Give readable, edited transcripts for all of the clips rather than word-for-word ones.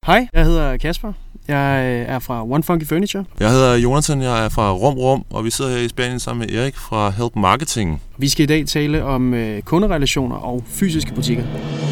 Hej, jeg hedder Kasper. Jeg er fra One Funky Furniture. Jeg hedder Jonathan, jeg er fra Rum, og vi sidder her i Spanien sammen med Erik fra Help Marketing. Vi skal i dag tale om kunderelationer og fysiske butikker.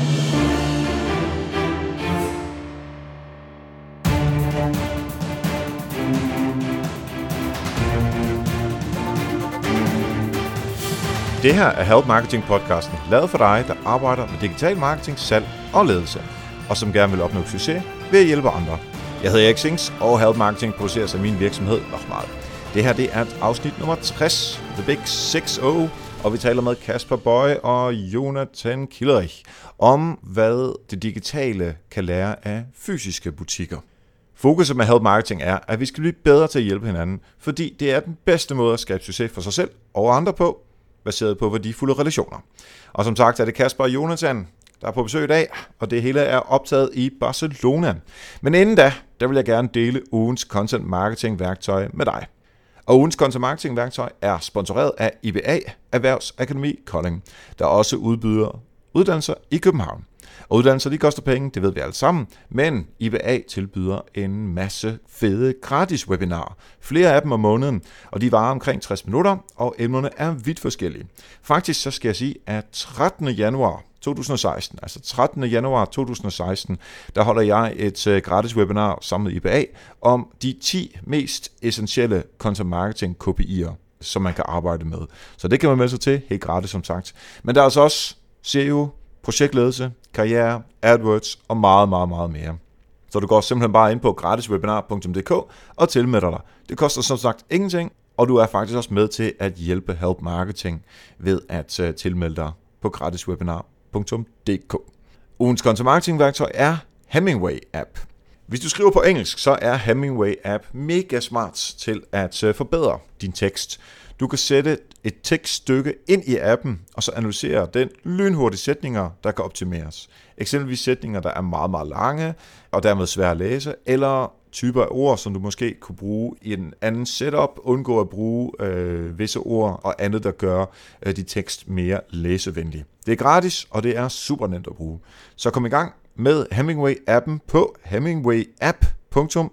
Det her er Help Marketing podcasten, lavet for dig, der arbejder med digital marketing, salg og ledelse, og som gerne vil opnå succes ved at hjælpe andre. Jeg hedder Erik Sings, og Help Marketing produceres af min virksomhed Nochmal. Det her det er afsnit nummer 60, The Big 60, og vi taler med Kasper Boy og Jonathan Killerich om, hvad det digitale kan lære af fysiske butikker. Fokuset med Help Marketing er, at vi skal blive bedre til at hjælpe hinanden, fordi det er den bedste måde at skabe succes for sig selv og andre på, baseret på værdifulde relationer. Og som sagt er det Kasper og Jonathan, der er på besøg i dag, og det hele er optaget i Barcelona. Men inden da, der vil jeg gerne dele ugens content marketing værktøj med dig. Og ugens content marketing værktøj er sponsoreret af IBA Erhvervsakademi Kolding, der også udbyder uddannelser i København. Og uddannelser, de koster penge, det ved vi alle sammen, men IBA tilbyder en masse fede gratis webinarer. Flere af dem om måneden, og de varer omkring 60 minutter, og emnerne er vidt forskellige. Faktisk så skal jeg sige, at 13. januar 2016, altså 13. januar 2016, der holder jeg et gratis webinar sammen med IBA om de 10 mest essentielle content marketing KPI'er, som man kan arbejde med. Så det kan man melde sig til, helt gratis som sagt. Men der er altså også SEO, projektledelse, karriere, AdWords og meget, meget, meget mere. Så du går simpelthen bare ind på gratiswebinar.dk og tilmelder dig. Det koster som sagt ingenting, og du er faktisk også med til at hjælpe Help Marketing ved at tilmelde dig på gratiswebinar.dk. Ugens content marketing værktøj er Hemingway App. Hvis du skriver på engelsk, så er Hemingway App mega smart til at forbedre din tekst. Du kan sætte et tekststykke ind i appen, og så analysere den lynhurtige sætninger, der kan optimeres. Eksempelvis sætninger, der er meget, meget lange, og dermed svære at læse, eller typer af ord, som du måske kunne bruge i en anden setup, undgå at bruge visse ord og andet, der gør dit tekst mere læsevenlig. Det er gratis, og det er super nemt at bruge. Så kom i gang med Hemingway-appen på hemingwayapp.com.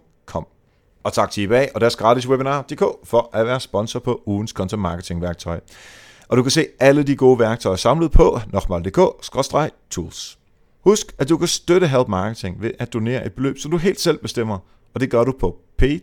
Og tak til IBA og deres gratis webinar.dk for at være sponsor på ugens content marketing værktøj. Og du kan se alle de gode værktøjer samlet på nochmal.dk/tools. Husk, at du kan støtte Help Marketing ved at donere et beløb, som du helt selv bestemmer. Og det gør du på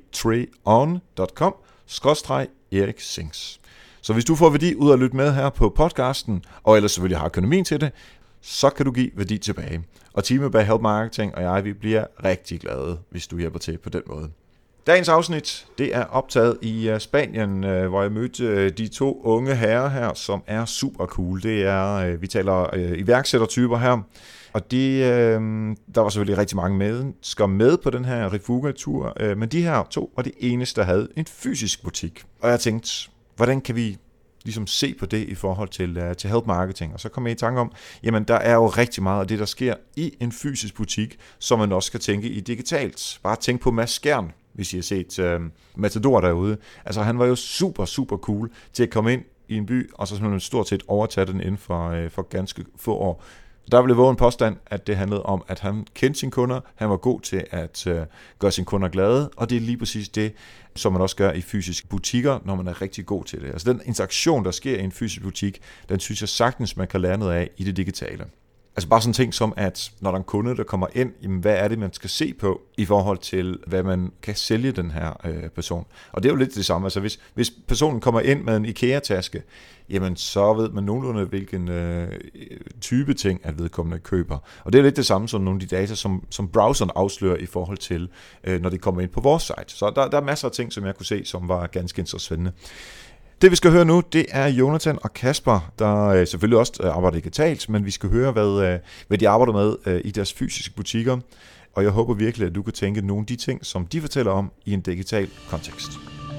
patreon.com/Erik Sings. Så hvis du får værdi ud af at lytte med her på podcasten, og ellers selvfølgelig har økonomien til det, så kan du give værdi tilbage. Og teamet bag Help Marketing og jeg, vi bliver rigtig glade, hvis du hjælper til på den måde. Dagens afsnit, det er optaget i Spanien, hvor jeg mødte de to unge herrer her, som er super cool. Det er, vi taler iværksættertyper her, og der var selvfølgelig rigtig mange mennesker med på den her Refuga-tur, men de her to var de eneste, der havde en fysisk butik. Og jeg tænkte, hvordan kan vi ligesom se på det i forhold til Help Marketing? Og så kom jeg i tanke om, jamen der er jo rigtig meget af det, der sker i en fysisk butik, som man også skal tænke i digitalt. Bare tænk på Mads Skjern, hvis I har set Matador derude. Altså han var jo super, super cool til at komme ind i en by, og så simpelthen stort set overtage den inden for ganske få år. Der ville jeg våge en påstand, at det handlede om, at han kendte sine kunder, han var god til at gøre sine kunder glade, og det er lige præcis det, som man også gør i fysiske butikker, når man er rigtig god til det. Altså den interaktion, der sker i en fysisk butik, den synes jeg sagtens, man kan lære noget af i det digitale. Altså bare sådan ting som, at når der er en kunde, der kommer ind, jamen hvad er det, man skal se på i forhold til, hvad man kan sælge den her person. Og det er jo lidt det samme. Altså hvis personen kommer ind med en IKEA-taske, jamen så ved man nogenlunde, hvilken type ting, at vedkommende køber. Og det er lidt det samme som nogle af de data, som browseren afslører i forhold til, når de kommer ind på vores site. Så der er masser af ting, som jeg kunne se, som var ganske interessante. Det vi skal høre nu, det er Jonathan og Kasper, der selvfølgelig også arbejder digitalt, men vi skal høre, hvad de arbejder med i deres fysiske butikker. Og jeg håber virkelig, at du kan tænke nogle af de ting, som de fortæller om i en digital kontekst.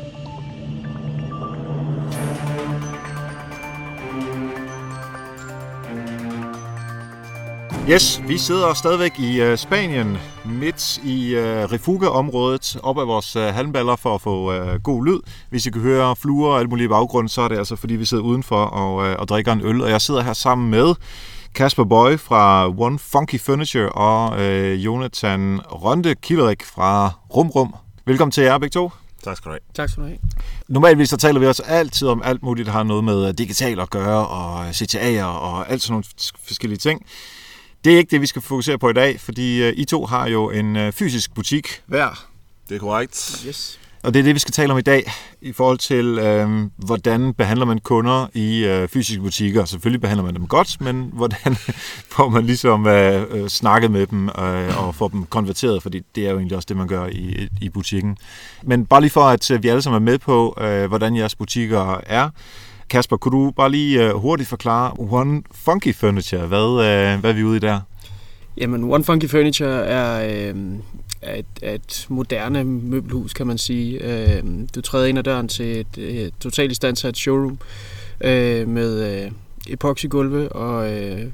Yes, vi sidder stadigvæk i Spanien, midt i Refuga-området, op ad vores halmballer for at få god lyd. Hvis I kan høre fluer og alt muligt i baggrunden, så er det altså fordi, vi sidder udenfor og drikker en øl. Og jeg sidder her sammen med Kasper Boye fra One Funky Furniture og Jonathan Rønde Kilderik fra Rum. Velkommen til jer begge to. Tak skal du have. Tak skal du have. Normalvis så taler vi også altid om alt muligt, der har noget med digital at gøre, og CTA'er og alt sådan nogle forskellige ting. Det er ikke det, vi skal fokusere på i dag, fordi I to har jo en fysisk butik hver. Det er korrekt. Yes. Og det er det, vi skal tale om i dag, i forhold til, hvordan behandler man kunder i fysiske butikker. Selvfølgelig behandler man dem godt, men hvordan får man ligesom snakket med dem og får dem konverteret, fordi det er jo egentlig også det, man gør i butikken. Men bare lige for, at vi alle sammen er med på, hvordan jeres butikker er. Kasper, kunne du bare lige hurtigt forklare One Funky Furniture? Hvad er vi ude i der? Jamen, One Funky Furniture er et moderne møbelhus, kan man sige. Du træder ind ad døren til et totalt istandsat showroom med epoxygulve og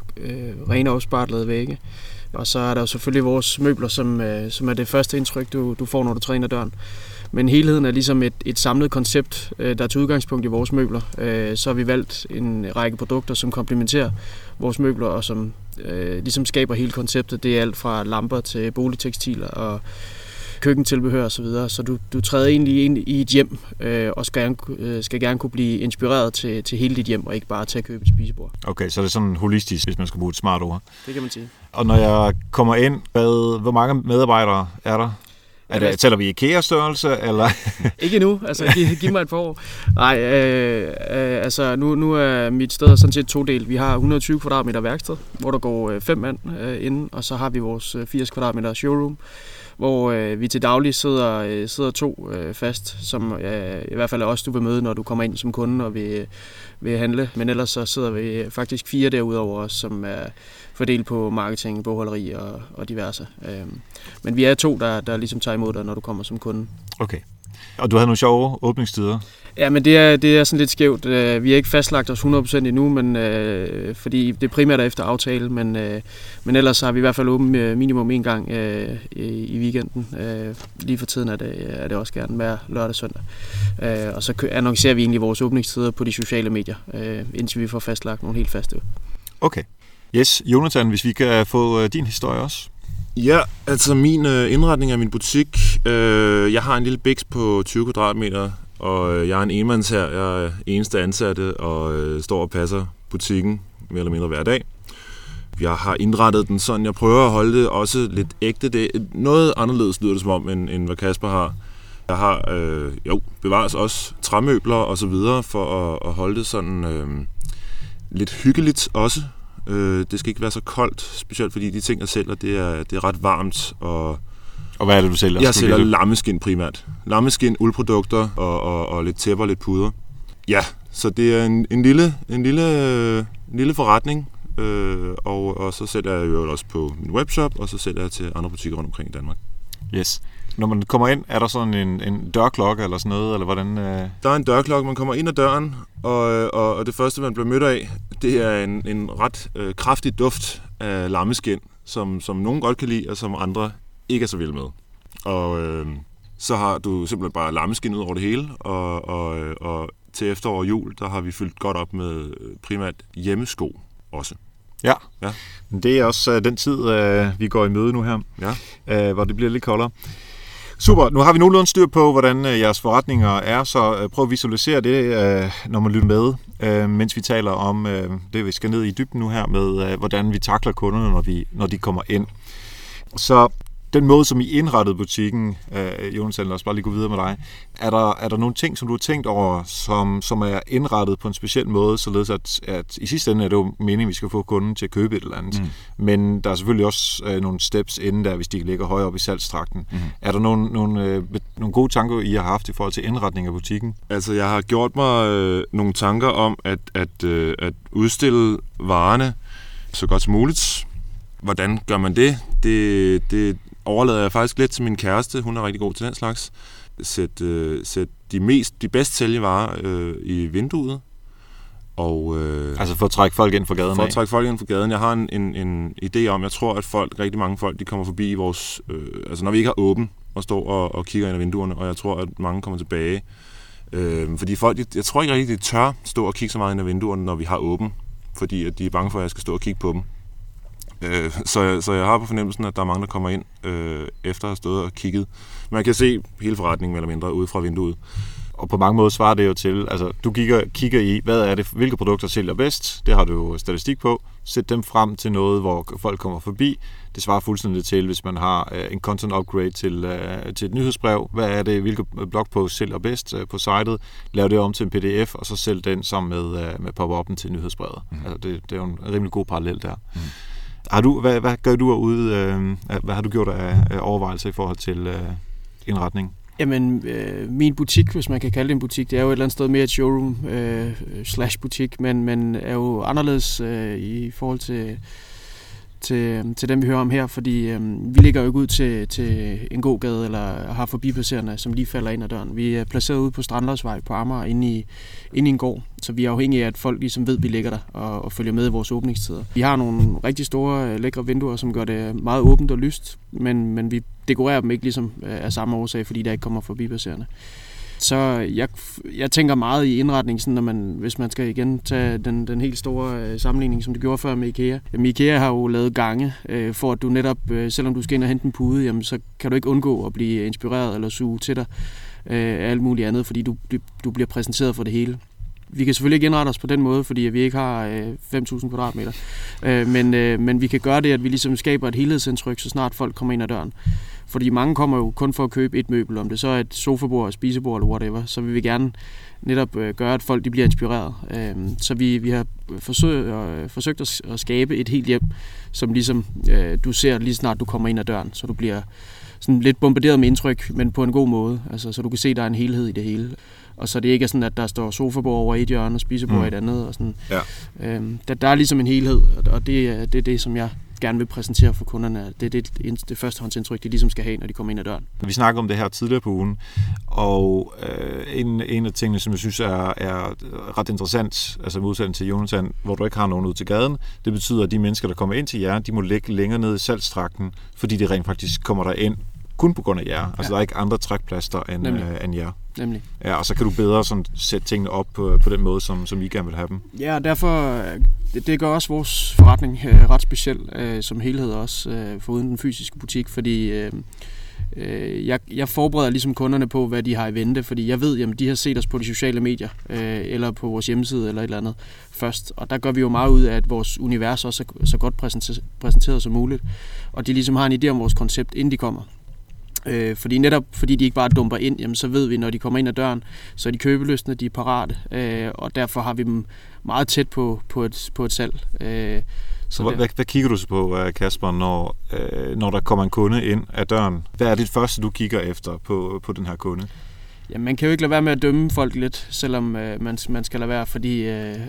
rene afspartlede vægge. Og så er der jo selvfølgelig vores møbler, som er det første indtryk, du får, når du træder ind ad døren. Men helheden er ligesom et samlet koncept, der er til udgangspunkt i vores møbler. Så har vi valgt en række produkter, som komplementerer vores møbler, og som ligesom skaber hele konceptet. Det er alt fra lamper til boligtekstiler og køkkentilbehør osv. Så du træder egentlig ind i et hjem, og skal gerne kunne blive inspireret til hele dit hjem, og ikke bare til at købe et spisebord. Okay, så det er sådan holistisk, hvis man skal bruge et smart ord. Det kan man sige. Og når jeg kommer ind, hvor mange medarbejdere er der? Tæller vi IKEA-størrelse, eller? Ikke endnu, altså giv mig et par år. Nej, altså nu er mit sted sådan set todelt. Vi har 120 kvadratmeter værksted, hvor der går 5 mand inden, og så har vi vores 80 kvadratmeter showroom, hvor vi til daglig sidder 2 fast, som i hvert fald er også du vil møde, når du kommer ind som kunde og vil handle. Men ellers så sidder vi faktisk 4 derudover os, som er fordelt på marketing, bogholderi og diverse. Men vi er 2, der ligesom tager imod dig, når du kommer som kunde. Okay. Og du havde nogle sjove åbningstider? Ja, men det er sådan lidt skævt. Vi har ikke fastlagt os 100% endnu, men, fordi det primært er efter aftale, men ellers har vi i hvert fald åbent minimum 1 gang i weekenden. Lige for tiden er det også gerne hver lørdag og søndag. Og så annoncerer vi egentlig vores åbningstider på de sociale medier, indtil vi får fastlagt nogle helt faste. Okay. Yes, Jonathan, hvis vi kan få din historie også. Ja, altså min indretning af min butik. Jeg har en lille biks på 20 kvadratmeter, og jeg er en enmandsher. Jeg er eneste ansatte og står og passer butikken mere eller mindre hver dag. Jeg har indrettet den sådan, jeg prøver at holde det også lidt ægte. Det er noget anderledes lyder det som om, end hvad Kasper har. Jeg har bevares også træmøbler og så videre for at holde det sådan lidt hyggeligt også. Det skal ikke være så koldt, specielt fordi de ting, jeg sælger, det er ret varmt. Og hvad er det, du sælger? Jeg sælger lammeskin primært. Lammeskin, uldprodukter og lidt tæpper og lidt puder. Ja, så det er en lille forretning. Og så sælger jeg jo også på min webshop, og så sælger jeg til andre butikker rundt omkring i Danmark. Yes. Når man kommer ind, er der sådan en dørklokke eller sådan noget, eller hvordan? Der er en dørklokke, man kommer ind ad døren, og det første, man bliver mødt af, det er en ret kraftig duft af lammeskin, som nogen godt kan lide, og som andre ikke er så vilde med. Og så har du simpelthen bare lammeskin ud over det hele, og til efterår og jul, der har vi fyldt godt op med primært hjemmesko også. Ja. Det er også den tid, vi går i møde nu her, hvor det bliver lidt koldere. Super, nu har vi nogenlunde styr på, hvordan jeres forretninger er, så prøv at visualisere det, når man lytter med, mens vi taler om det, vi skal ned i dybden nu her, med hvordan vi takler kunderne, når de kommer ind. Så den måde, som I indrettede butikken, Jonathan, lad os bare lige gå videre med dig. Er der nogle ting, som du har tænkt over, som er indrettet på en speciel måde, således at i sidste ende er det jo meningen, at vi skal få kunden til at købe et eller andet. Men der er selvfølgelig også nogle steps inden der, hvis de ligger højere op i salgstrakten. Er der nogle gode tanker, I har haft i forhold til indretning af butikken? Altså, jeg har gjort mig nogle tanker om at udstille varerne så godt som muligt. Hvordan gør man det? Det overlader jeg faktisk lidt til min kæreste. Hun er rigtig god til den slags. Sæt de bedst sælgende varer i vinduet. Og, altså for at trække folk ind fra gaden? For at trække folk ind fra gaden. Jeg har en idé om, jeg tror, at rigtig mange folk, de kommer forbi vores... altså når vi ikke har åben og står og kigger ind ad vinduerne, og jeg tror, at mange kommer tilbage. Fordi folk, jeg tror ikke rigtig, de tør stå og kigge så meget ind ad vinduerne, når vi har åben. fordi at de er bange for, at jeg skal stå og kigge på dem. Så jeg har på fornemmelsen, at der er mange, der kommer ind efter at have stået og kigget. Man kan se hele forretningen mere eller mindre ude fra vinduet. Og på mange måder svarer det jo til, altså du kigger i, hvad er det, hvilke produkter sælger bedst, det har du jo statistik på, sæt dem frem til noget, hvor folk kommer forbi. Det svarer fuldstændig til, hvis man har en content upgrade til et nyhedsbrev, hvad er det, hvilke blogpost sælger bedst på sitet, lav det om til en pdf, og så sælg den sammen med pop-up'en til nyhedsbrevet. Altså det er jo en rimelig god parallel der. Hvad gør du ude, hvad har du gjort af overvejelser i forhold til indretning? Jamen, min butik, hvis man kan kalde det en butik, det er jo et eller andet sted mere et showroom /butik, men er jo anderledes i forhold til dem, vi hører om her, fordi vi ligger jo ikke ud til en gågade eller har forbipasserende, som lige falder ind ad døren. Vi er placeret ude på Strandløsvej på Amager inde i en gård, så vi er afhængige af, at folk ligesom ved, at vi ligger der og følger med i vores åbningstider. Vi har nogle rigtig store, lækre vinduer, som gør det meget åbent og lyst, men vi dekorerer dem ikke ligesom af samme årsag, fordi der ikke kommer forbipasserende. Så jeg tænker meget i indretning, sådan, hvis man skal igen tage den helt store sammenligning, som du gjorde før med IKEA. Jamen, IKEA har jo lavet gange, for at du netop, selvom du skal ind og hente en pude, jamen, så kan du ikke undgå at blive inspireret eller suge til dig af alt muligt andet, fordi du bliver præsenteret for det hele. Vi kan selvfølgelig ikke indrette os på den måde, fordi vi ikke har 5.000 kvadratmeter. Men vi kan gøre det, at vi ligesom skaber et helhedsindtryk, så snart folk kommer ind ad døren. Fordi mange kommer jo kun for at købe et møbel, om det så er et sofabord, spisebord eller whatever. Så vil vi gerne netop gøre, at folk de bliver inspireret. Så vi har forsøgt at skabe et helt hjem, som ligesom du ser lige snart du kommer ind ad døren. Så du bliver sådan lidt bombarderet med indtryk, men på en god måde. Altså, så du kan se, at der er en helhed i det hele. Og så det ikke er sådan, at der står sofabord over et hjørne og spisebord i et andet. Og sådan. Ja. Der er ligesom en helhed, og det er det, som jeg gerne vil præsentere for kunderne. Det er det førstehåndsindtryk, de ligesom skal have, når de kommer ind ad døren. Vi snakker om det her tidligere på ugen, og en af tingene, som jeg synes er ret interessant, altså modsætning til Jonathan, hvor du ikke har nogen ud til gaden, det betyder, at de mennesker, der kommer ind til jer, de må ligge længere nede i salgstrakten, fordi de rent faktisk kommer der ind kun på grund af jer. Altså, der er ikke andre trækplaster end jer. Nemlig. Ja, og så kan du bedre sådan sætte tingene op på den måde, som I gerne vil have dem. Ja, og derfor, det gør også vores forretning ret speciel som helhed også, foruden den fysiske butik, fordi jeg forbereder ligesom kunderne på, hvad de har i vente, fordi jeg ved, at de har set os på de sociale medier, eller på vores hjemmeside, eller et eller andet først, og der gør vi jo meget ud af, at vores univers også er så godt præsenteret som muligt, og de ligesom har en idé om vores koncept, inden de kommer. Fordi de ikke bare dumper ind, jamen, så ved vi, når de kommer ind ad døren, så er de købelystne, de er parate, og derfor har vi dem meget tæt på et salg. Så hvad kigger du så på, Kasper, når der kommer en kunde ind ad døren? Hvad er det første, du kigger efter på den her kunde? Jamen, man kan jo ikke lade være med at dømme folk lidt, selvom man skal lade være, fordi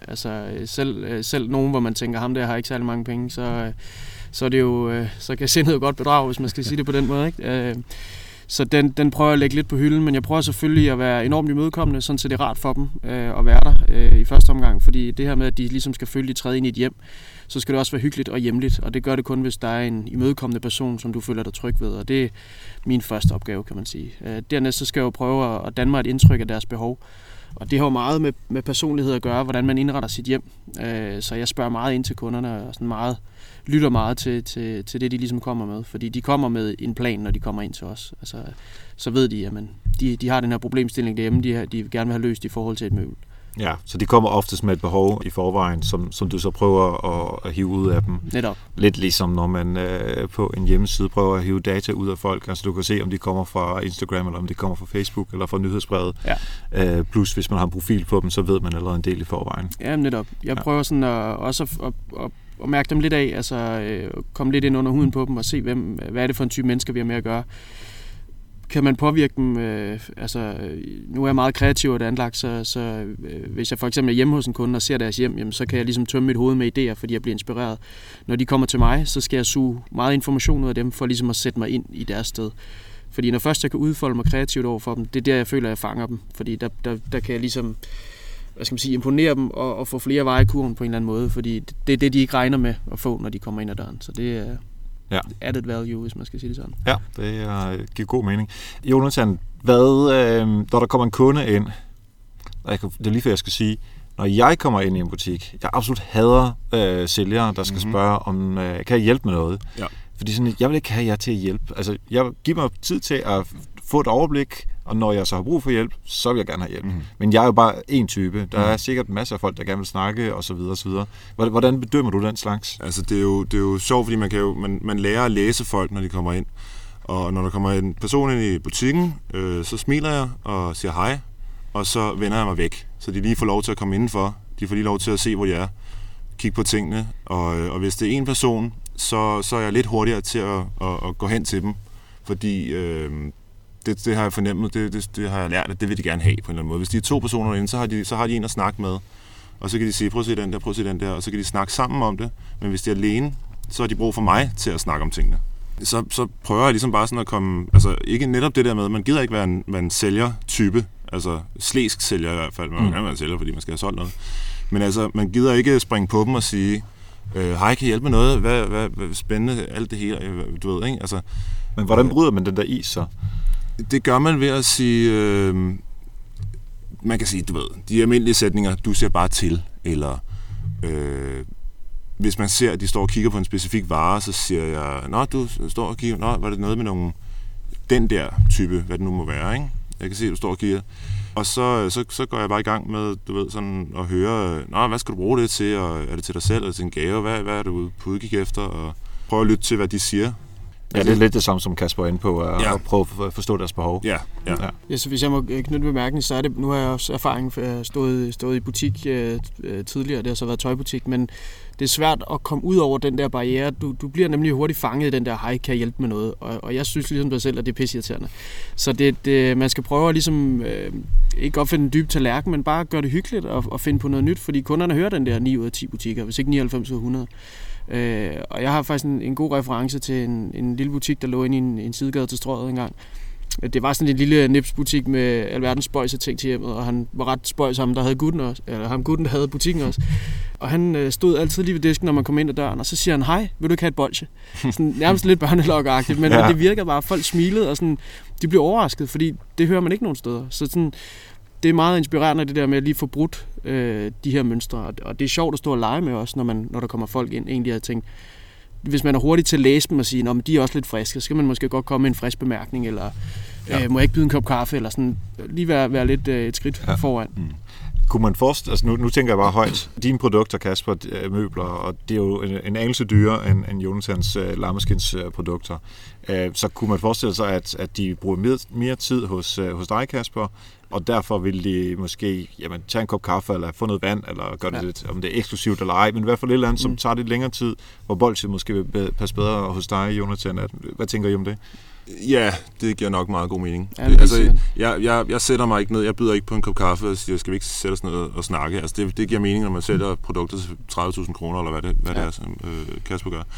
selv nogen, hvor man tænker, ham der har ikke særlig mange penge, så er det jo, så kan sindet jo godt bedrage, hvis man skal sige det på den måde, ikke? Så den prøver jeg at lægge lidt på hylden, men jeg prøver selvfølgelig at være enormt imødekommende, sådan så det er rart for dem at være der i første omgang, fordi det her med, at de ligesom skal følge de træde ind i et hjem, så skal det også være hyggeligt og hjemligt, og det gør det kun, hvis der er en imødekommende person, som du føler dig tryg ved, og det er min første opgave, kan man sige. Dernæst så skal jeg jo prøve at danne mig et indtryk af deres behov, og det har jo meget med personlighed at gøre, hvordan man indretter sit hjem, så jeg spørger meget ind til kunderne, og sådan lytter meget til det, de ligesom kommer med, fordi de kommer med en plan, når de kommer ind til os. Altså, så ved de, at de har den her problemstilling derhjemme, de gerne vil have løst i forhold til et møbel. Ja, så de kommer oftest med et behov i forvejen, som du så prøver at hive ud af dem. Netop. Lidt ligesom når man på en hjemmeside prøver at hive data ud af folk. Altså du kan se, om de kommer fra Instagram, eller om de kommer fra Facebook, eller fra nyhedsbrevet. Ja. Plus hvis man har en profil på dem, så ved man allerede en del i forvejen. Ja, netop. Jeg prøver sådan at mærke dem lidt af, altså komme lidt ind under huden på dem og se, hvad er det for en type mennesker, vi har med at gøre. Kan man påvirke dem? Nu er jeg meget kreativ og det anlagt, så hvis jeg for eksempel er hjemme hos en kunde og ser deres hjem, jamen, så kan jeg ligesom tømme mit hoved med idéer, fordi jeg bliver inspireret. Når de kommer til mig, så skal jeg suge meget information ud af dem, for ligesom at sætte mig ind i deres sted. Fordi når først jeg kan udfolde mig kreativt over for dem, det er der, jeg føler, at jeg fanger dem. Fordi der kan jeg ligesom imponere dem og få flere veje i kurven på en eller anden måde, fordi det er det, de ikke regner med at få, når de kommer ind ad døren. Så det er added value, hvis man skal sige det sådan. Ja, det giver god mening. Jonathan, når der kommer en kunde ind, det er lige før jeg skal sige, Når jeg kommer ind i en butik, jeg absolut hader sælgere, der skal spørge, om kan jeg hjælpe med noget? Ja. Fordi sådan, jeg vil ikke have jer til at hjælpe. Altså, jeg giver mig tid til at få et overblik, og når jeg så har brug for hjælp, så vil jeg gerne have hjælp. Men jeg er jo bare en type. Der er sikkert masser af folk, der gerne vil snakke, og så videre, og så videre. Hvordan bedømmer du den slags? Altså, det er jo sjovt, fordi man lærer at læse folk, når de kommer ind. Og når der kommer en person ind i butikken, så smiler jeg og siger hej, og så vender jeg mig væk. Så de lige får lov til at komme indenfor. De får lige lov til at se, hvor de er. Kigge på tingene. Og hvis det er en person, så er jeg lidt hurtigere til at gå hen til dem. Fordi det har jeg fornemmet, det har jeg lært, at det vil de gerne have på en eller anden måde. Hvis de er 2 personer inde, så har de en at snakke med. Og så kan de sige, prøv at se den der, prøv at se den der. Og så kan de snakke sammen om det. Men hvis de er alene, så har de brug for mig til at snakke om tingene. Så prøver jeg ligesom bare sådan at komme, altså ikke netop det der med, man gider ikke være en sælger-type, altså slæsk sælger i hvert fald, man kan gerne være en sælger, fordi man skal have solgt noget. Men altså, man gider ikke springe på dem og sige, hej, kan I hjælpe med noget? Hvad spændende, alt det hele, du ved, ikke? Altså, men hvordan bryder man den der is så? Det gør man ved at sige, man kan sige, du ved, de almindelige sætninger, du ser bare til, eller hvis man ser, at de står og kigger på en specifik vare, så siger jeg, nå, du står og kigger, nå, var det noget med nogen, den der type, hvad det nu må være, ikke? Jeg kan se, at du står og kigger. Og så går jeg bare i gang med, du ved, sådan at høre, nå, hvad skal du bruge det til, og er det til dig selv, eller til en gave, hvad er du på udkig efter, og prøve at lytte til, hvad de siger. Ja, det er lidt det samme, som Kasper er inde på, at prøve at forstå deres behov. Ja, så hvis jeg må knytte bemærkning, så er det, nu har jeg også erfaring, for jeg har stået i butik tidligere, det har så været tøjbutik, men det er svært at komme ud over den der barriere. Du bliver nemlig hurtigt fanget i den der, hej, kan jeg hjælpe med noget? Og jeg synes ligesom dig selv, at det er pisseirriterende. Så man skal prøve at ligesom, ikke opfinde en dyb tallerken, men bare gøre det hyggeligt og finde på noget nyt, fordi kunderne hører den der 9 ud af 10 butikker, hvis ikke 99 ud af 100. Og jeg har faktisk en god reference til en lille butik, der lå inde i en sidegade til Strøget engang. Det var sådan en lille nipsbutik med alverdens spøjs og ting til hjemmet, og han var ret spøjs ham, der havde gutten også, eller ham gutten, der havde butikken også. Og han stod altid lige ved disken, når man kom ind ad døren, og så siger han, hej, vil du ikke have et bolsje? Sådan, nærmest lidt børnelok-agtigt, men det virkede bare, folk smilede, og sådan, de blev overrasket, fordi det hører man ikke nogen steder. Så sådan, det er meget inspirerende, det der med at lige få brudt de her mønstre, og det er sjovt at stå og lege med også, når der kommer folk ind. Egentlig har jeg tænkt, hvis man er hurtig til at læse dem og sige, at de er også lidt friske, så skal man måske godt komme med en frisk bemærkning, eller må jeg ikke byde en kop kaffe, eller sådan, lige være lidt et skridt foran. Kunne man forestille, altså nu tænker jeg bare højt, dine produkter, Kasper, møbler, og det er jo en anelse dyrere end Jonathans lammeskins produkter. Så kunne man forestille sig, at de bruger mere tid hos dig, Kasper, og derfor vil de måske tage en kop kaffe, eller få noget vand, eller gøre det lidt, om det er eksklusivt eller ej, men i hvert fald et eller andet, som tager lidt længere tid, hvor bolsjet måske vil passe bedre hos dig, Jonathan. Hvad tænker I om det? Ja, det giver nok meget god mening. Ja, jeg sætter mig ikke ned, jeg byder ikke på en kop kaffe og siger, skal vi ikke sætte os ned og snakke? Altså det giver mening, når man sælger produkter til 30.000 kroner, eller hvad det er, som Kasper gør.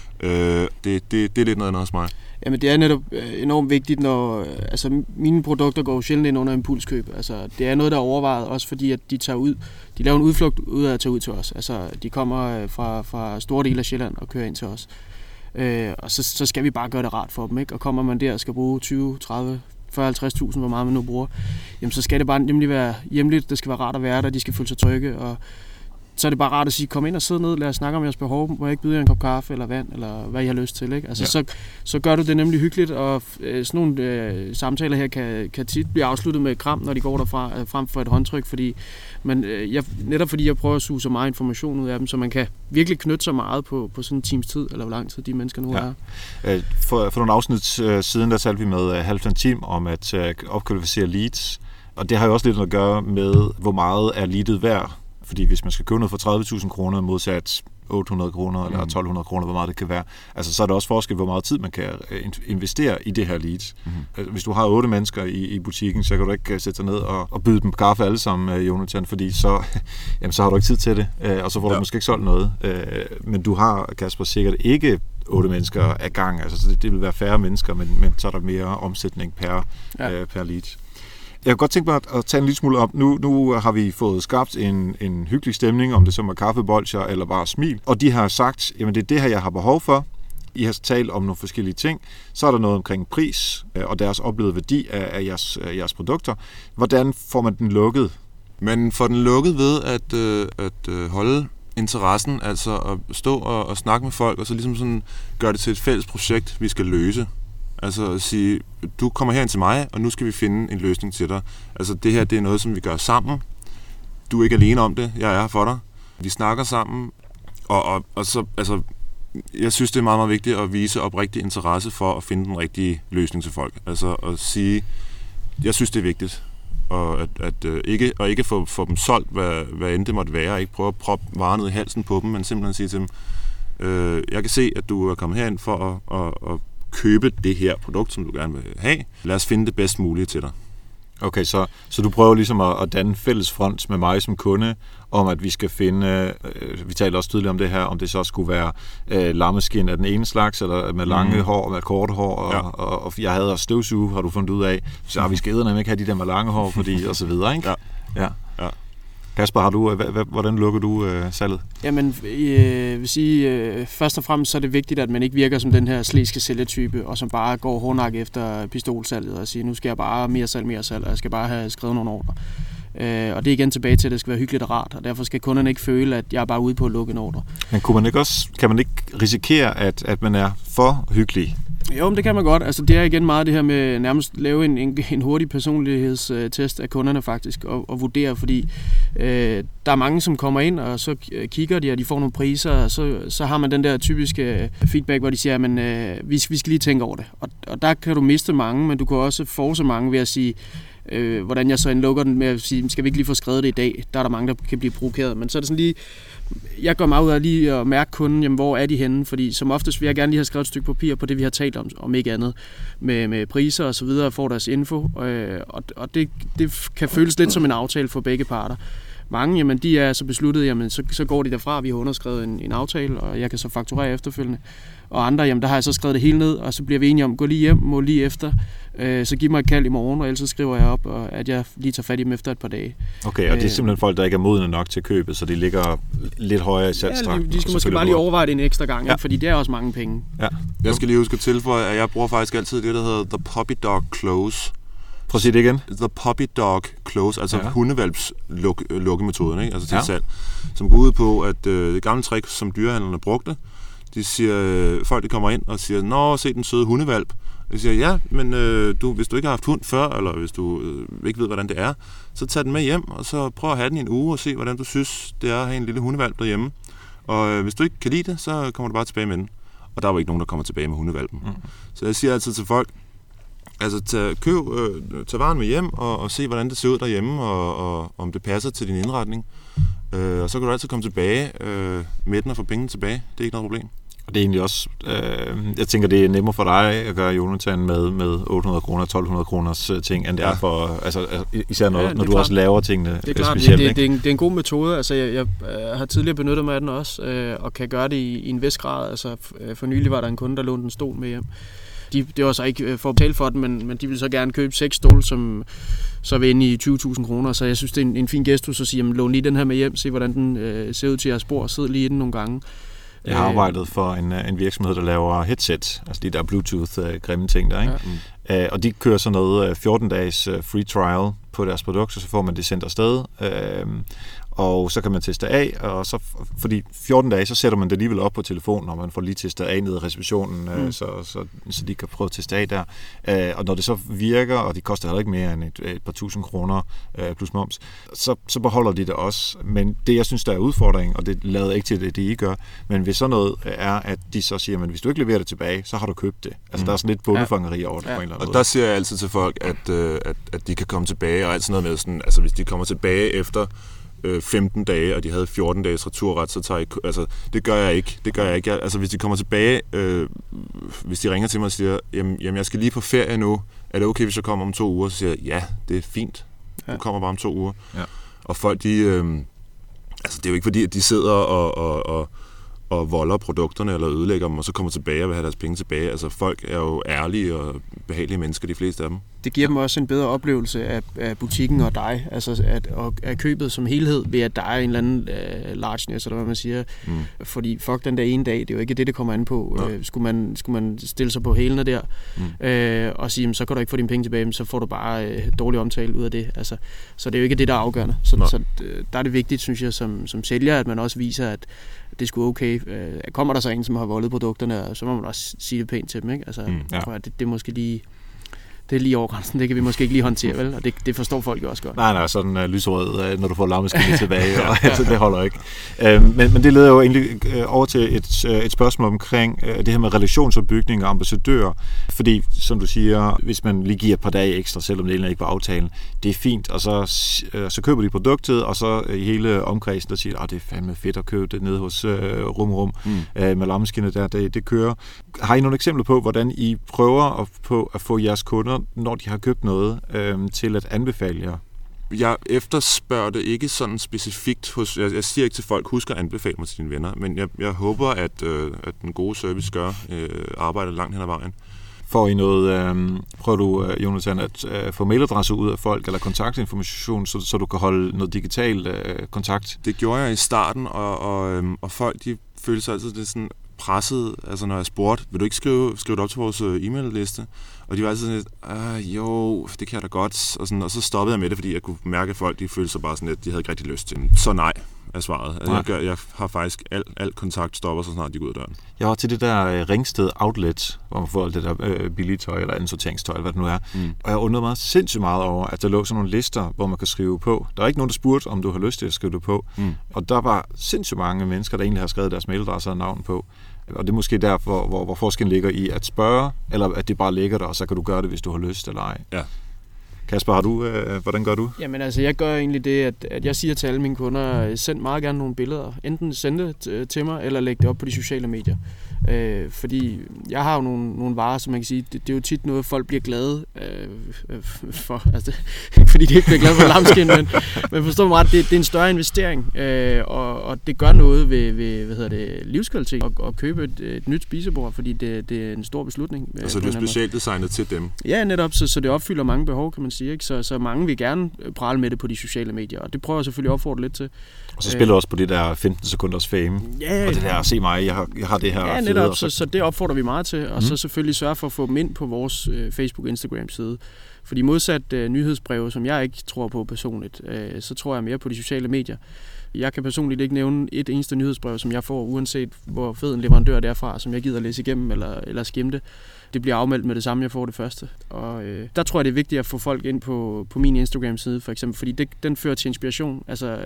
Det er lidt noget andet hos mig. Jamen det er netop enormt vigtigt, når mine produkter går sjældent ind under impulskøb. Altså det er noget, der er overvejet, også fordi at de laver en udflugt ud af at tage ud til os. Altså de kommer fra store dele af Sjælland og kører ind til os. Og så skal vi bare gøre det rart for dem, ikke? Og kommer man der og skal bruge 20, 30, 40, 50.000, hvor meget man nu bruger, jamen så skal det bare nemlig være hjemligt, det skal være rart at være der, de skal føle sig trygge, og så er det bare rart at sige, kom ind og sid ned, lad os snakke om jeres behov, må jeg ikke byde jer en kop kaffe eller vand, eller hvad I har lyst til, ikke? Altså så gør du det nemlig hyggeligt, og sådan nogle samtaler her kan tit blive afsluttet med et kram, når de går derfra, frem for et håndtryk, fordi netop fordi jeg prøver at suge så meget information ud af dem, så man kan virkelig knytte sig meget på sådan en times tid, eller hvor lang tid de mennesker nu er. For nogle afsnit siden, der talte vi med Halvdan Team om at opkvalificere leads, og det har jo også lidt at gøre med, hvor meget er leadet værd. Fordi hvis man skal købe noget for 30.000 kroner modsat 800 kroner eller 1.200 kroner, hvor meget det kan være, altså så er der også forskel, hvor meget tid man kan investere i det her lead. Hvis du har 8 mennesker i butikken, så kan du ikke sætte dig ned og byde dem kaffe alle sammen, Jonathan, fordi så har du ikke tid til det, og så får du måske ikke solgt noget. Men du har, Kasper, sikkert ikke 8 mennesker ad gang, altså det vil være færre mennesker, men så er der mere omsætning per lead. Jeg kunne godt tænke mig at tage en lille smule op. Nu har vi fået skabt en hyggelig stemning, om det så er kaffebolcher eller bare smil. Og de har sagt, jamen det er det her, jeg har behov for. I har talt om nogle forskellige ting. Så er der noget omkring pris og deres oplevede værdi af jeres produkter. Hvordan får man den lukket? Man får den lukket ved at holde interessen, altså at stå og snakke med folk, og så ligesom sådan gøre det til et fælles projekt, vi skal løse. Altså at sige, du kommer herind til mig, og nu skal vi finde en løsning til dig. Altså det her, det er noget, som vi gør sammen. Du er ikke alene om det, jeg er her for dig. Vi snakker sammen, og så, altså, jeg synes, det er meget, meget vigtigt at vise oprigtig interesse for at finde den rigtige løsning til folk. Altså at sige, jeg synes, det er vigtigt, og ikke få dem solgt, hvad end det måtte være, ikke prøve at proppe varer ned i halsen på dem, men simpelthen sige til dem, jeg kan se, at du er kommet herind for at købe det her produkt, som du gerne vil have. Lad os finde det bedst mulige til dig. Okay, så du prøver ligesom at danne fælles front med mig som kunde, om at vi skal finde, vi taler også tydeligt om det her, om det så skulle være lammeskin af den ene slags, eller med lange hår, med korte hår, og jeg havde også støvsuge, har du fundet ud af, så vi skal eddernemlig ikke have de der med lange hår, fordi, og så videre, ikke? Ja. Kasper, hvordan lukker du salget? Jamen, jeg vil sige, først og fremmest så er det vigtigt, at man ikke virker som den her sleske sælgertype, og som bare går hårdnak efter pistolsalget og siger, nu skal jeg bare mere salg, og jeg skal bare have skrevet nogle ordre. Og det er igen tilbage til, at det skal være hyggeligt og rart, og derfor skal kunderne ikke føle, at jeg er bare ude på at lukke en ordre. Men kan man ikke risikere, at man er for hyggelig? Jo, men det kan man godt. Altså, det er igen meget det her med nærmest lave en hurtig personlighedstest af kunderne faktisk, og vurdere, fordi der er mange, som kommer ind, og så kigger de, og de får nogle priser, og så har man den der typiske feedback, hvor de siger, men vi skal lige tænke over det. Og der kan du miste mange, men du kan også force mange ved at sige, hvordan jeg så lukker den med at sige, skal vi ikke lige få skrevet det i dag? Der er der mange, der kan blive provokeret. Men så er det sådan lige, jeg går meget ud af lige at mærke kunden, jamen, hvor er de henne? Fordi som oftest vil jeg gerne lige have skrevet et stykke papir på det, vi har talt om ikke andet. Med priser og så videre, og får deres info. Og det kan føles lidt som en aftale for begge parter. Mange, jamen, de er så besluttet, jamen, så går de derfra, vi har underskrevet en aftale, og jeg kan så fakturere efterfølgende. Og andre, jamen, der har jeg så skrevet det hele ned, og så bliver vi enige om, gå lige hjem, mål lige efter, så giv mig et kald i morgen, og ellers så skriver jeg op, at jeg lige tager fat i dem efter et par dage. Okay, og det er simpelthen folk, der ikke er modne nok til købet, så de ligger lidt højere i salgstrakten? Ja, de skal måske bare lige overveje det en ekstra gang, fordi det er også mange penge. Ja. Jeg skal lige huske at tilføje, at jeg bruger faktisk altid det, der hedder The Puppy Dog Close. Prøv at sige det igen. The Puppy Dog Close, altså hundevalps lukkemetoden, ikke? Altså til salg, som går ud på, at det gamle trick, som dyrehandlerne brugte, de siger, folk de kommer ind og siger, nå, se den søde hundevalp. De siger, ja, men hvis du ikke har haft hund før, eller hvis du ikke ved, hvordan det er, så tag den med hjem, og så prøv at have den i en uge og se, hvordan du synes, det er at have en lille hundevalp derhjemme. Og hvis du ikke kan lide det, så kommer du bare tilbage med den. Og der er jo ikke nogen, der kommer tilbage med hundevalpen. Så jeg siger altid til folk, altså tag varen med hjem og se, hvordan det ser ud derhjemme, og om det passer til din indretning. Og så kan du altid komme tilbage med den og få pengene tilbage. Det er ikke noget problem. Og det er egentlig også, jeg tænker, det er nemmere for dig at gøre Jonathan med 800 kroner, 1200 kroners ting, end det er for, altså især når du også laver tingene det er klart, specielt. Det er en god metode. Altså, jeg har tidligere benyttet mig af den også, og kan gøre det i en vis grad. Altså, for nylig var der en kunde, der lånte en stol med hjem. Det var så ikke for at betale for den, men de ville så gerne købe 6 stole, som så vil ende i 20.000 kroner. Så jeg synes, det er en fin gestus at sige, jamen, lån lige den her med hjem, se hvordan den ser ud til jeres bord, sid lige i den nogle gange. Jeg har arbejdet for en virksomhed, der laver headset, altså de der Bluetooth-grimme ting der, ikke? Ja. Og de kører sådan noget 14-dages free trial på deres produkt, så får man det sendt afsted, og så kan man teste af, og så, fordi 14 dage, så sætter man det alligevel op på telefonen, og man får lige testet af nede i receptionen, så de kan prøve at teste af der. Og når det så virker, og det koster heller ikke mere end et par tusind kroner plus moms, så beholder de det også. Men det, jeg synes, der er udfordring, og det lader ikke til det I gør, men hvis sådan noget er, at de så siger, men hvis du ikke leverer det tilbage, så har du købt det. Altså der er sådan lidt bundefangeri over det på en eller anden måde. Og der siger jeg altid til folk, at de kan komme tilbage, og alt sådan noget med sådan, altså hvis de kommer tilbage efter 15 dage, og de havde 14 dages returret, så tager jeg, altså det gør jeg ikke. Altså hvis de kommer tilbage, hvis de ringer til mig og siger, jamen jeg skal lige på ferie nu, er det okay, hvis jeg kommer om 2 uger? Så siger jeg, ja, det er fint. Du kommer bare om 2 uger. Ja. Og folk, altså det er jo ikke fordi, at de sidder og volder produkterne eller ødelægger dem, og så kommer tilbage og vil have deres penge tilbage. Altså folk er jo ærlige og behagelige mennesker, de fleste af dem. Det giver dem også en bedre oplevelse af butikken og dig, altså af købet som helhed, ved at der er en eller anden largeness, eller hvad man siger. Fordi fuck den der ene dag, det er jo ikke det kommer an på. Skulle man stille sig på hælene der, og sige, så kan du ikke få dine penge tilbage, så får du bare dårlig omtale ud af det. Altså, så det er jo ikke det, der er afgørende. Så der er det vigtigt, synes jeg, som sælger, at man også viser, at det er sgu okay. Kommer der så en, som har voldet produkterne, så må man også sige det pænt til dem, ikke? Altså, det er måske lige... Det er lige over grænsen, det kan vi måske ikke lige håndtere, vel? Og det forstår folk jo også godt. Nej, sådan lyserød, når du får lavmaskinen tilbage, og altså, det holder ikke. Men det leder jo egentlig over til et spørgsmål omkring det her med relationsopbygning og ambassadører. Fordi, som du siger, hvis man lige giver et par dage ekstra, selvom det egentlig ikke var aftalen, det er fint, og så køber de produktet, og så i hele omkredsen, der siger, det er fandme fedt at købe det nede hos Rum med lavmaskinen der, det kører. Har I nogle eksempler på, hvordan I prøver at få jeres kunder, når de har købt noget, til at anbefale jer? Jeg efterspørger det ikke sådan specifikt hos... Jeg siger ikke til folk, husk at anbefale mig til dine venner, men jeg håber, at den gode service gør arbejdet langt hen ad vejen. Får I noget... prøver du, Jonathan, at få mailadresse ud af folk, eller kontaktinformation, så du kan holde noget digital kontakt? Det gjorde jeg i starten, og folk, de følte sig altid lidt sådan presset, altså når jeg spurgte, vil du ikke skrive det op til vores e-mail-liste? Og de var altid sådan lidt, jo, det kan jeg da godt. Og så stoppede jeg med det, fordi jeg kunne mærke, at folk de følte sig bare sådan lidt, de havde ikke rigtig lyst til det. Så nej, er svaret. Jeg har faktisk alt kontakt stopper, så snart de går ud af døren. Jeg var til det der Ringsted Outlet, hvor man får alt det der billige tøj, eller andet sorteringstøj, eller hvad det nu er. Og jeg undrede mig sindssygt meget over, at der lå sådan nogle lister, hvor man kan skrive på. Der er ikke nogen, der spurgte, om du har lyst til at skrive det på. Og der var sindssygt mange mennesker, der egentlig har skrevet deres mailadresse og navn på. Og det er måske derfor, hvor forskellen ligger i at spørge, eller at det bare ligger der, og så kan du gøre det, hvis du har lyst eller ej. Ja. Kasper, hvordan gør du? Jamen altså, jeg gør egentlig det, at jeg siger til alle mine kunder, send meget gerne nogle billeder. Enten send det til mig, eller læg det op på de sociale medier. Fordi jeg har jo nogle varer, som man kan sige, det er jo tit noget, folk bliver glade for. Altså, ikke fordi de ikke bliver glade for lamskin, men forstår mig ret, det er en større investering, og det gør noget ved livskvalitet at købe et nyt spisebord, fordi det er en stor beslutning. Altså det er specielt designet til dem? Ja, netop, så det opfylder mange behov, kan man sige. Ikke? Så mange vil gerne prale med det på de sociale medier, og det prøver jeg selvfølgelig at opfordre lidt til. Og så spiller du også på det der 15 sekunders fame. Ja, og det der, se mig, jeg har det her. Ja, netop, så det opfordrer vi meget til. Og så selvfølgelig sørge for at få dem ind på vores Facebook-Instagram-side. Fordi modsat nyhedsbreve, som jeg ikke tror på personligt, så tror jeg mere på de sociale medier. Jeg kan personligt ikke nævne et eneste nyhedsbrev, som jeg får, uanset hvor fed en leverandør det er fra, som jeg gider læse igennem eller skimme det. Det bliver afmeldt med det samme, jeg får det første. Og der tror jeg, det er vigtigt at få folk ind på min Instagram-side, for eksempel, fordi den fører til inspiration. Altså,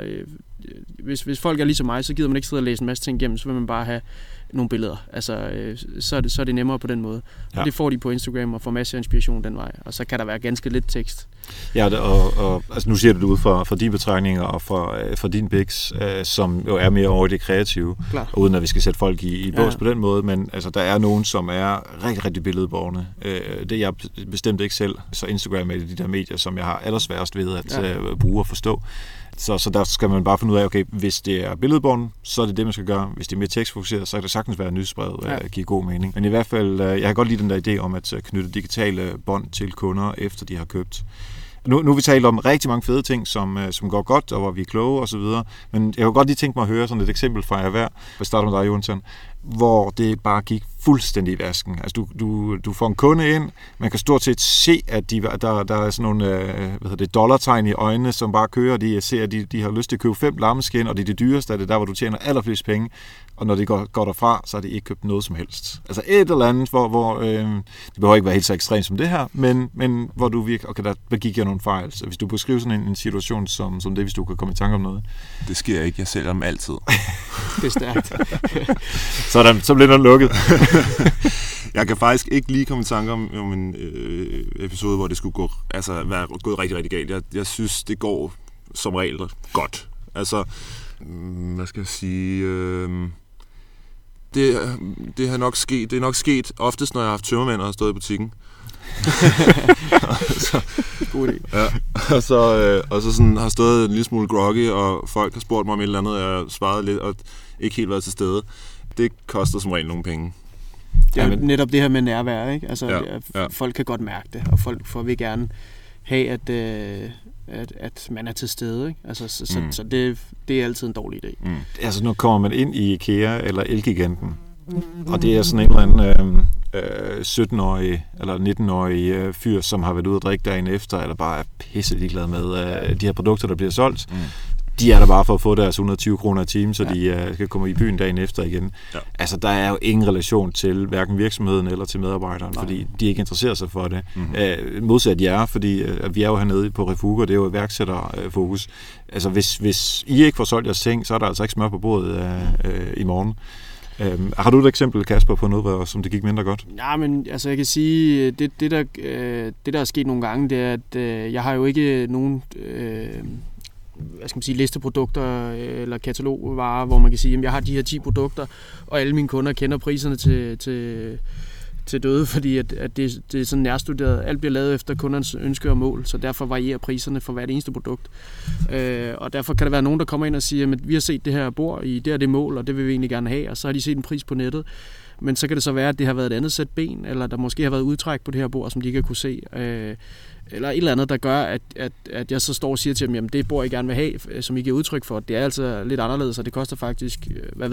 hvis folk er ligesom mig, så gider man ikke sidde og læse en masse ting igennem, så vil man bare have nogle billeder. Altså, så er det nemmere på den måde. Ja. Og det får de på Instagram og får masser af inspiration den vej. Og så kan der være ganske lidt tekst. Ja, og altså nu siger du det ud fra dine betragtninger og fra din biks, som jo er mere over det kreative, uden at vi skal sætte folk i bås på den måde, men altså, der er nogen, som er rigtig, rigtig billedborgerne. Det er jeg bestemt ikke selv, så Instagram er de der medier, som jeg har allersværest ved at bruge og forstå. Så der skal man bare finde ud af, okay, hvis det er billedbånd, så er det det, man skal gøre. Hvis det er mere tekstfokuseret, så kan det sagtens være nyhedsbrevet, giver god mening. Men i hvert fald, jeg kan godt lide den der idé om at knytte digitale bånd til kunder, efter de har købt. Nu har vi talt om rigtig mange fede ting, som går godt, og hvor vi er kloge og så videre. Men jeg kunne godt lige tænke mig at høre sådan et eksempel fra jer hver. Jeg starter med dig, Jonathan. Hvor det bare gik fuldstændig i vasken. Altså du får en kunde ind, man kan stort set se, at der er sådan nogle dollartegn i øjnene, som bare kører. De ser, at de har lyst til at købe 5 lammeskin, og det er det dyreste, det er der, hvor du tjener allerflest penge. Og når de går derfra, så har de ikke købt noget som helst. Altså et eller andet, hvor det behøver ikke være helt så ekstremt som det her, men hvor du virkelig, okay, der begik jeg nogle fejl. Så hvis du beskriver sådan en situation som det, hvis du kan komme i tanke om noget. Det sker ikke, jeg sælger dem altid. Det er stærkt. Så bliver den lukket. Jeg kan faktisk ikke lige komme i tanke om en episode, hvor det skulle være gået rigtig, rigtig galt. Jeg synes, det går som regel godt. Altså, hvad skal jeg sige... Det er nok sket oftest, når jeg har haft tømmermænd og har stået i butikken. God idé. Ja, og så sådan har stået en lille smule groggy, og folk har spurgt mig om et eller andet, og jeg har svaret lidt og ikke helt været til stede. Det koster som regel nogle penge. Det er netop det her med nærvær, ikke? Altså, ja. Folk kan godt mærke det, og folk vil gerne have, at man er til stede, ikke? Altså, så det er altid en dårlig idé. Altså, nu kommer man ind i IKEA eller Elgiganten, og det er sådan en eller anden 17-årig eller 19-årig fyr, som har været ude at drikke dagen efter, eller bare er pisse ligeglad med de her produkter, der bliver solgt. De er der bare for at få deres 120 kroner i timen, så de skal komme i byen dagen efter igen. Ja. Altså, der er jo ingen relation til hverken virksomheden eller til medarbejderen, fordi de ikke interesserer sig for det. Modsat jer, fordi vi er jo hernede på Refuga, det er jo iværksætterfokus. Altså, hvis I ikke får solgt jeres ting, så er der altså ikke smør på bordet i morgen. Har du et eksempel, Kasper, på noget, som det gik mindre godt? Ja, men altså jeg kan sige, det der er sket nogle gange, det er, at jeg har jo ikke nogen listeprodukter eller katalogvarer, hvor man kan sige, at jeg har de her 10 produkter, og alle mine kunder kender priserne til døde, fordi at det er sådan nærstuderet. Alt bliver lavet efter kundernes ønsker og mål, så derfor varierer priserne for hvert eneste produkt. Og derfor kan der være nogen, der kommer ind og siger, at vi har set det her bord i det og det mål, og det vil vi egentlig gerne have, og så har de set en pris på nettet. Men så kan det så være, at det har været et andet sæt ben, eller der måske har været udtræk på det her bord, som de ikke har kunne se. Eller et eller andet, der gør, at jeg så står og siger til dem, jamen det bord, I gerne vil have, som I giver udtryk for, det er altså lidt anderledes, og det koster faktisk,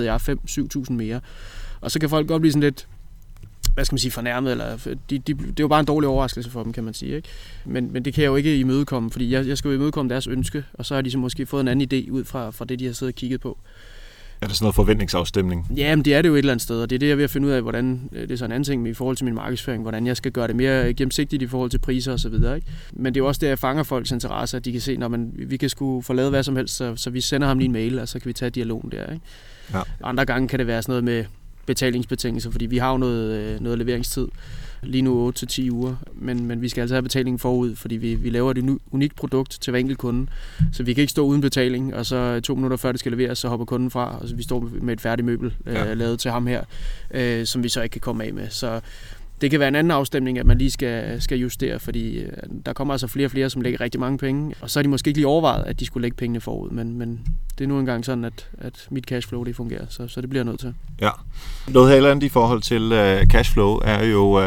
5-7.000 mere. Og så kan folk godt blive sådan lidt, fornærmet, eller det er jo bare en dårlig overraskelse for dem, kan man sige, ikke? Men det kan jeg jo ikke imødekomme, fordi jeg skal jo imødekomme deres ønske, og så har de så måske fået en anden idé ud fra det, de har siddet og kigget på. Er det sådan noget forventningsafstemning? Ja, men det er det jo et eller andet sted, og det er det, jeg er ved at finde ud af, hvordan, det er så en anden ting i forhold til min markedsføring, hvordan jeg skal gøre det mere gennemsigtigt i forhold til priser og så videre, ikke? Men det er jo også det, jeg fanger folks interesse, at de kan se, når vi kan sgu få lavet hvad som helst, så vi sender ham lige en mail, og så kan vi tage dialogen der, ikke? Ja. Andre gange kan det være sådan noget med betalingsbetingelser, fordi vi har jo noget leveringstid, lige nu 8-10 uger, men vi skal altså have betalingen forud, fordi vi laver et unikt produkt til hver enkelt kunde, så vi kan ikke stå uden betaling, og så 2 minutter før det skal leveres, så hopper kunden fra, og så vi står med et færdigt møbel lavet til ham her, som vi så ikke kan komme af med. Så det kan være en anden afstemning, at man lige skal justere, fordi der kommer altså flere og flere, som lægger rigtig mange penge, og så har de måske ikke lige overvejet, at de skulle lægge pengene forud, men det er nu engang sådan, at mit cashflow det fungerer, så det bliver jeg nødt til. Ja. Noget helt andet i forhold til cashflow er jo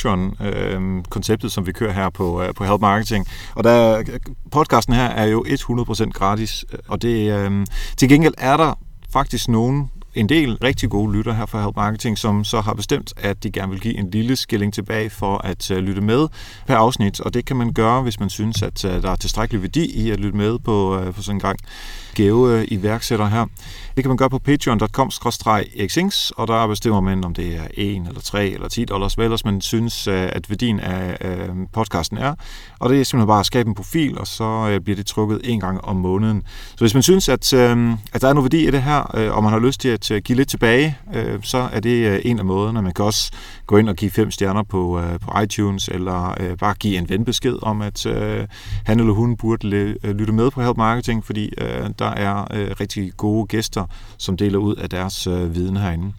Patreon-konceptet, som vi kører her på Help Marketing, og podcasten her er jo 100% gratis, og det til gengæld er der faktisk en del rigtig gode lytter her fra Help Marketing, som så har bestemt, at de gerne vil give en lille skilling tilbage for at lytte med per afsnit, og det kan man gøre, hvis man synes, at der er tilstrækkelig værdi i at lytte med på sådan en gang gave iværksætter her. Det kan man gøre på patreon.com/xings, og der bestemmer man, om det er 1 eller 3 eller $10, hvad ellers man synes, at værdien af podcasten er. Og det er simpelthen bare at skabe en profil, og så bliver det trukket 1 gang om måneden. Så hvis man synes, at der er noget værdi i det her, og man har lyst til at give lidt tilbage, så er det en af måderne. Man kan også gå ind og give 5 stjerner på iTunes, eller bare give en ven besked om, at han eller hun burde lytte med på Help Marketing, fordi der er rigtig gode gæster, som deler ud af deres viden herinde.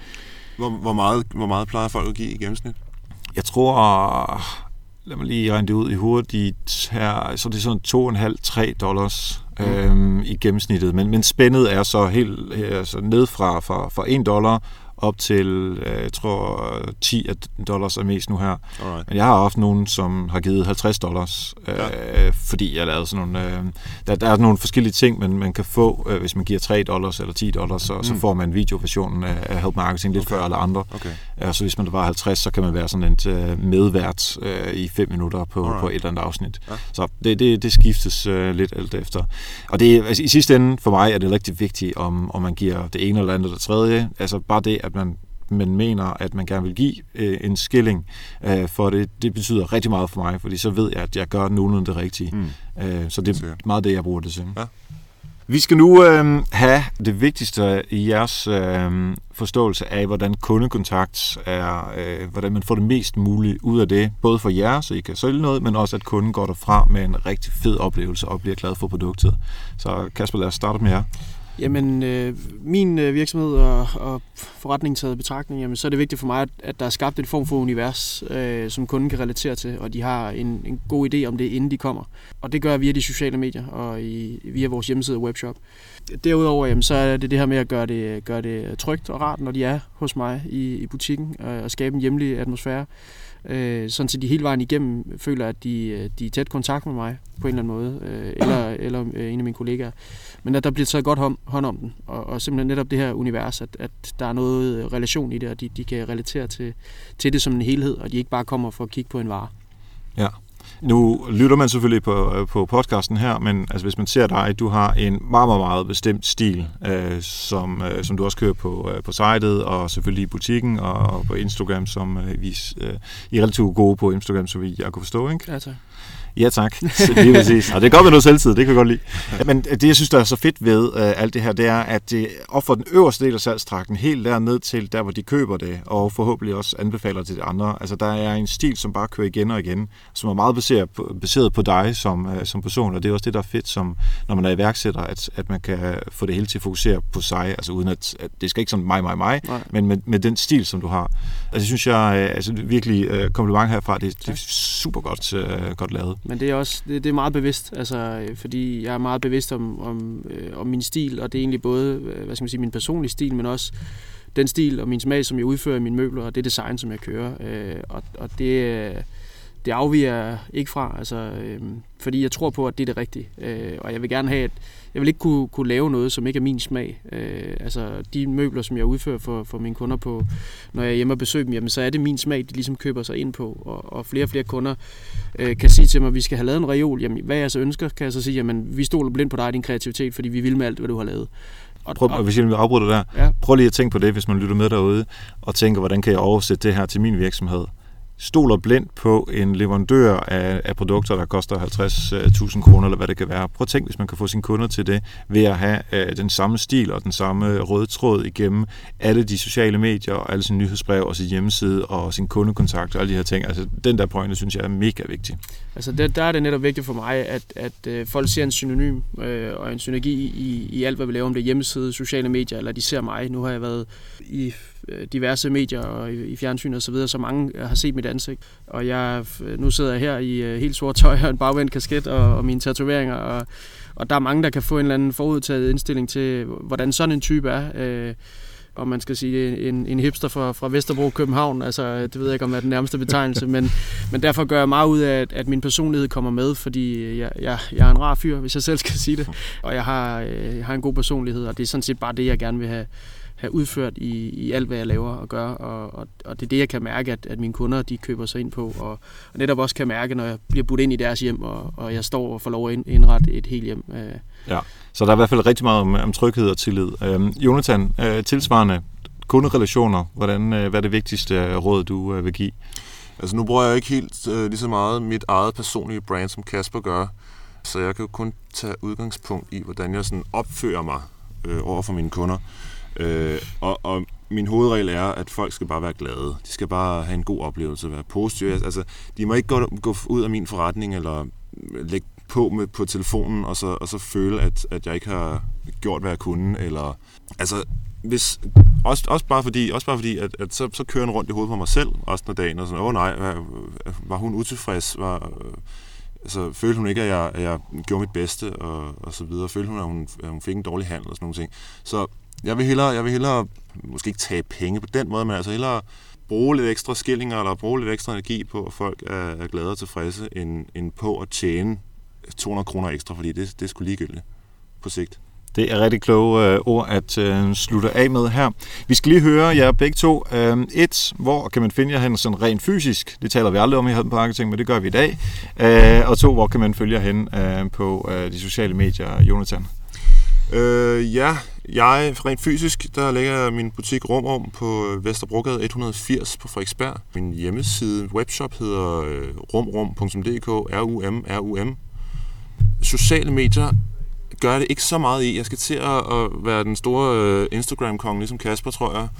Hvor meget plejer folk at give i gennemsnit? Jeg tror, lad mig lige regne det ud i hovedet her, så det er sådan $2,5-3 i gennemsnittet, men spændet er så helt ned fra $1 op til, jeg tror, $10 er mest nu her. Alright. Men jeg har haft nogen, som har givet $50, fordi jeg lavede sådan nogle... Der er nogle forskellige ting, man kan få, hvis man giver $3 eller $10, så får man videoversionen af Help Marketing lidt før alle andre. Okay. Så hvis man var 50, så kan man være sådan en medvært i 5 minutter på et eller andet afsnit. Ja. Så det skiftes lidt alt efter. Og det, altså, i sidste ende, for mig, er det rigtig vigtigt, om man giver det ene eller andet eller tredje. Altså bare det, at man mener, at man gerne vil give en skilling for det betyder rigtig meget for mig, fordi så ved jeg, at jeg gør nogenlunde det rigtige. Så det er meget det, jeg bruger det til. Ja. Vi skal nu have det vigtigste i jeres forståelse af, hvordan kundekontakt er, hvordan man får det mest muligt ud af det, både for jer, så I kan sælge noget, men også at kunden går derfra med en rigtig fed oplevelse og bliver glad for produktet. Så Kasper, lad os starte med jer. Jamen, min virksomhed og forretning taget i betragtning, jamen, så er det vigtigt for mig, at der er skabt en form for univers, som kunden kan relatere til, og de har en god idé om det, inden de kommer. Og det gør jeg via de sociale medier og via vores hjemmeside og webshop. Derudover, jamen, så er det her med at gøre det trygt og rart, når de er hos mig i butikken, og skabe en hjemlig atmosfære. Sådan så de hele vejen igennem føler, at de er i tæt kontakt med mig på en eller anden måde, eller en af mine kollegaer. Men at der bliver taget godt hånd om den, og simpelthen netop det her univers, at der er noget relation i det, og de kan relatere til det som en helhed, og de ikke bare kommer for at kigge på en vare. Ja. Nu lytter man selvfølgelig på podcasten her, men altså, hvis man ser dig, du har en meget, meget, meget bestemt stil, som du også kører på sitet, og selvfølgelig i butikken, og på Instagram, som I er relativt gode på Instagram, så jeg kunne forstå, ikke? Ja, tak. Ja, tak. Lige præcis. Og det er godt med noget selvtid, det kan jeg godt lide. Men det, jeg synes, der er så fedt ved alt det her, det er, at det offer den øverste del af salgstrakten helt derned til der, hvor de køber det, og forhåbentlig også anbefaler til de andre. Altså, der er en stil, som bare kører igen og igen, som er meget baseret på dig som person, og det er også det, der er fedt, som, når man er iværksætter, at man kan få det hele til at fokusere på sig, altså uden at det skal ikke sådan mig, men med den stil, som du har. Altså, det synes jeg virkelig kompliment herfra, det er super godt lavet. Men det er også det er meget bevidst, altså, fordi jeg er meget bevidst om min stil, og det er egentlig både, min personlige stil, men også den stil og min smag, som jeg udfører i mine møbler, og det design, som jeg kører. Og det afviger jeg ikke fra, altså, fordi jeg tror på, at det er det rigtige. Og jeg vil gerne have, jeg vil ikke kunne lave noget, som ikke er min smag. Altså de møbler, som jeg udfører for mine kunder på, når jeg er hjemme og besøger dem, jamen, så er det min smag, de ligesom køber sig ind på. Og flere og flere kunder kan sige til mig, at vi skal have lavet en reol. Jamen, hvad jeg så ønsker, kan jeg så sige, jamen vi stoler blindt på dig og din kreativitet, fordi vi vil med alt, hvad du har lavet. Hvis jeg vil afbryde der, ja. Prøv lige at tænke på det, hvis man lytter med derude, og tænker, hvordan kan jeg oversætte det her til min virksomhed. Stoler blindt på en leverandør af produkter, der koster 50.000 kroner, eller hvad det kan være. Prøv at tænke, hvis man kan få sine kunder til det, ved at have den samme stil og den samme røde tråd igennem alle de sociale medier, og alle sine nyhedsbrev og sin hjemmeside og sin kundekontakt og alle de her ting. Altså, den der pointe, synes jeg er mega vigtig. Altså, der er det netop vigtigt for mig, at folk ser en synonym og en synergi i alt, hvad vi laver, om det er hjemmeside, sociale medier, eller de ser mig. Nu har jeg været i diverse medier og i fjernsyn og så videre, så mange har set mit ansigt. Og nu sidder jeg her i helt sort tøj og en bagvendt kasket og mine tatoveringer, og der er mange, der kan få en eller anden forudtaget indstilling til, hvordan sådan en type er. Og man skal sige en hipster fra Vesterbro, København, altså det ved jeg ikke, om det er den nærmeste betegnelse, men derfor gør jeg meget ud af, at min personlighed kommer med, fordi jeg er en rar fyr, hvis jeg selv skal sige det, og jeg har en god personlighed, og det er sådan set bare det, jeg gerne vil have udført i alt, hvad jeg laver og gør, og det er det, jeg kan mærke, at mine kunder, de køber sig ind på, og netop også kan mærke, når jeg bliver budt ind i deres hjem, og jeg står og får lov at indrette et helt hjem. Ja, så der er i hvert fald rigtig meget om tryghed og tillid. Jonathan, tilsvarende kunderelationer, hvad er det vigtigste råd, du vil give? Altså nu bruger jeg ikke helt lige så meget mit eget personlige brand, som Kasper gør, så jeg kan jo kun tage udgangspunkt i, hvordan jeg sådan opfører mig over for mine kunder. Og min hovedregel er, at folk skal bare være glade. De skal bare have en god oplevelse, være positive. Altså, de må ikke gå ud af min forretning eller lægge på telefonen og så føle, at jeg ikke har gjort, hvad jeg kunne. Eller, altså, også bare fordi at så kører jeg rundt i hovedet på mig selv resten af dagen og sådan, var hun utilfreds? Altså, følte hun ikke, at jeg gjorde mit bedste og så videre? Følte hun, at hun fik en dårlig handel og sådan nogle ting? Så jeg vil hellere måske ikke tage penge på den måde, men altså hellere bruge lidt ekstra skillinger eller bruge lidt ekstra energi på, at folk er glade og tilfredse, end på at tjene 200 kroner ekstra, fordi det er sgu ligegyldigt på sigt. Det er rigtig kloge ord at slutte af med her. Vi skal lige høre jer begge to. Hvor kan man finde jer hen sådan rent fysisk? Det taler vi aldrig om i Help Marketing, men det gør vi i dag. Og 2, hvor kan man følge jer hen på de sociale medier, Jonathan? Jeg rent fysisk, der ligger min butik Rumrum på Vesterbrogade 180 på Frederiksberg. Min hjemmeside, webshop hedder rumrum.dk, RUM. Sociale medier gør det ikke så meget i. Jeg skal til at være den store Instagram-konge, ligesom Kasper, tror jeg.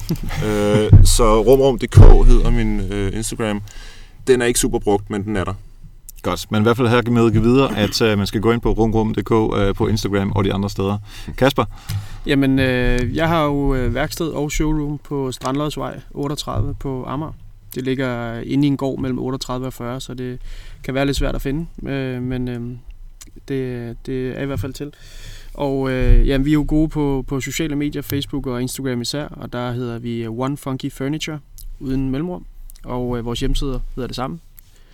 Så rumrum.dk hedder min Instagram. Den er ikke super brugt, men den er der. Godt, men i hvert fald her med at give videre, at man skal gå ind på rumrum.dk på Instagram og de andre steder. Kasper? Jamen, jeg har jo værksted og showroom på Strandlødsvej 38 på Amager. Det ligger inde i en gård mellem 38 og 40, så det kan være lidt svært at finde, men det er i hvert fald til. Og jamen, vi er jo gode på sociale medier, Facebook og Instagram især, og der hedder vi One Funky Furniture uden mellemrum, og vores hjemmeside hedder det samme,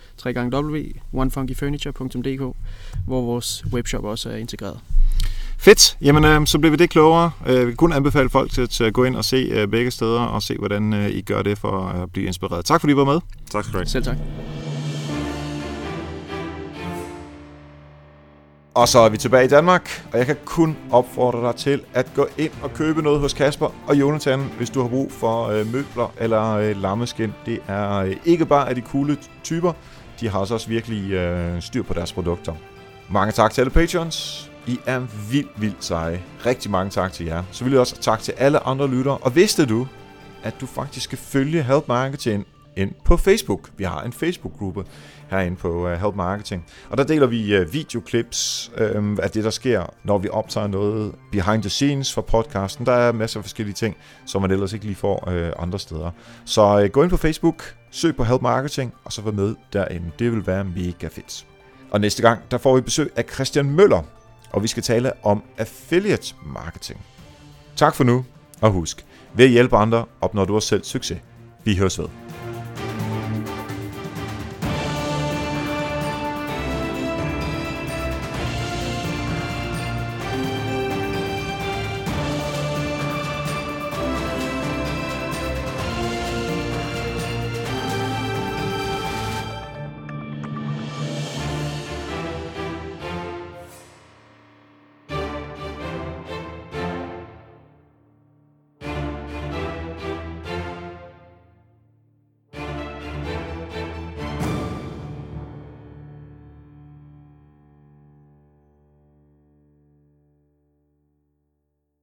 www.onefunkyfurniture.dk, hvor vores webshop også er integreret. Fedt. Jamen, så bliver vi det klogere. Vi kan kun anbefale folk til at gå ind og se begge steder og se, hvordan I gør det for at blive inspireret. Tak fordi I var med. Tak skal du have. Selv tak. Og så er vi tilbage i Danmark, og jeg kan kun opfordre dig til at gå ind og købe noget hos Kasper og Jonathan, hvis du har brug for møbler eller lammeskind. Det er ikke bare af de coole typer, de har også virkelig styr på deres produkter. Mange tak til alle patrons. I er vildt seje. Rigtig mange tak til jer. Så vil jeg også tak til alle andre lyttere. Og vidste du, at du faktisk skal følge Help Marketing ind på Facebook? Vi har en Facebook-gruppe herinde på Help Marketing. Og der deler vi videoklips af det, der sker, når vi optager noget behind the scenes for podcasten. Der er masser af forskellige ting, som man ellers ikke lige får andre steder. Så gå ind på Facebook, søg på Help Marketing, og så vær med derinde. Det vil være mega fedt. Og næste gang, der får vi besøg af Christian Møller, og vi skal tale om affiliate marketing. Tak for nu, og husk, ved at hjælpe andre opnår du også selv succes. Vi høres ved.